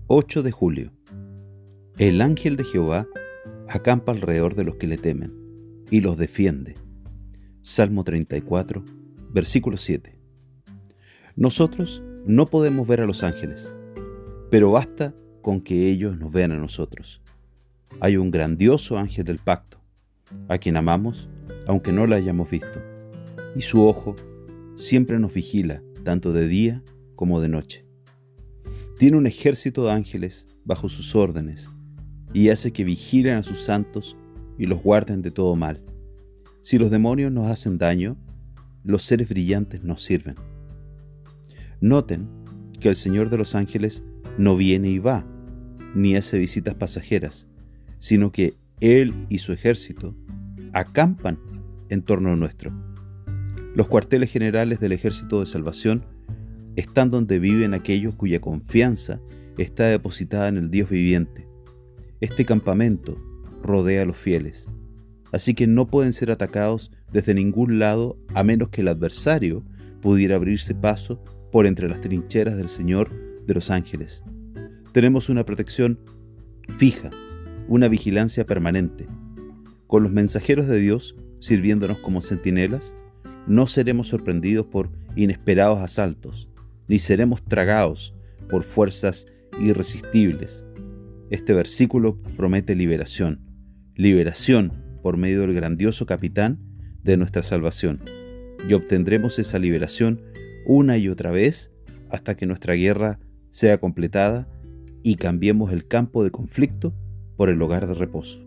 8 de julio. El ángel de Jehová acampa alrededor de los que le temen y los defiende. Salmo 34, versículo 7. Nosotros no podemos ver a los ángeles, pero basta con que ellos nos vean a nosotros. Hay un grandioso ángel del pacto, a quien amamos aunque no lo hayamos visto, y su ojo siempre nos vigila tanto de día como de noche. Tiene un ejército de ángeles bajo sus órdenes y hace que vigilen a sus santos y los guarden de todo mal. Si los demonios nos hacen daño, los seres brillantes nos sirven. Noten que el Señor de los ángeles no viene y va, ni hace visitas pasajeras, sino que Él y su ejército acampan en torno nuestro. Los cuarteles generales del Ejército de Salvación están donde viven aquellos cuya confianza está depositada en el Dios viviente. Este campamento rodea a los fieles, así que no pueden ser atacados desde ningún lado a menos que el adversario pudiera abrirse paso por entre las trincheras del Señor de los ángeles. Tenemos una protección fija, una vigilancia permanente. Con los mensajeros de Dios sirviéndonos como centinelas, no seremos sorprendidos por inesperados asaltos, ni seremos tragados por fuerzas irresistibles. Este versículo promete liberación por medio del grandioso capitán de nuestra salvación, y obtendremos esa liberación una y otra vez hasta que nuestra guerra sea completada y cambiemos el campo de conflicto por el hogar de reposo.